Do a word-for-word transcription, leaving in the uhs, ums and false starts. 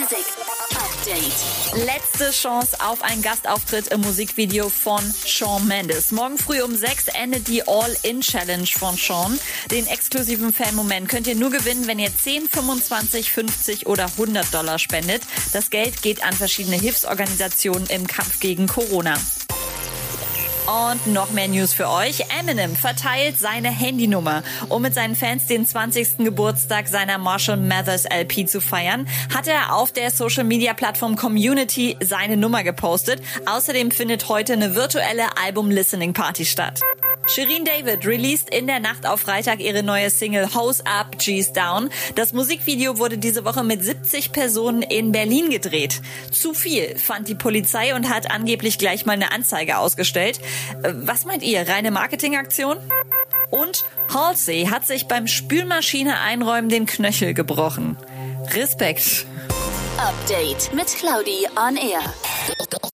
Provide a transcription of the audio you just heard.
Music Update. Letzte Chance auf einen Gastauftritt im Musikvideo von Shawn Mendes. Morgen früh um sechs endet die All-In-Challenge von Shawn. Den exklusiven Fan-Moment könnt ihr nur gewinnen, wenn ihr zehn, fünfundzwanzig, fünfzig oder hundert Dollar spendet. Das Geld geht an verschiedene Hilfsorganisationen im Kampf gegen Corona. Und noch mehr News für euch. Eminem verteilt seine Handynummer. Um mit seinen Fans den zwanzigsten Geburtstag seiner Marshall Mathers L P zu feiern, hat er auf der Social-Media-Plattform Community seine Nummer gepostet. Außerdem findet heute eine virtuelle Album-Listening-Party statt. Shirin David released in der Nacht auf Freitag ihre neue Single Hose Up, G's Down. Das Musikvideo wurde diese Woche mit siebzig Personen in Berlin gedreht. Zu viel, fand die Polizei und hat angeblich gleich mal eine Anzeige ausgestellt. Was meint ihr, reine Marketingaktion? Und Halsey hat sich beim Spülmaschine einräumen den Knöchel gebrochen. Respekt. Update mit Claudi on Air.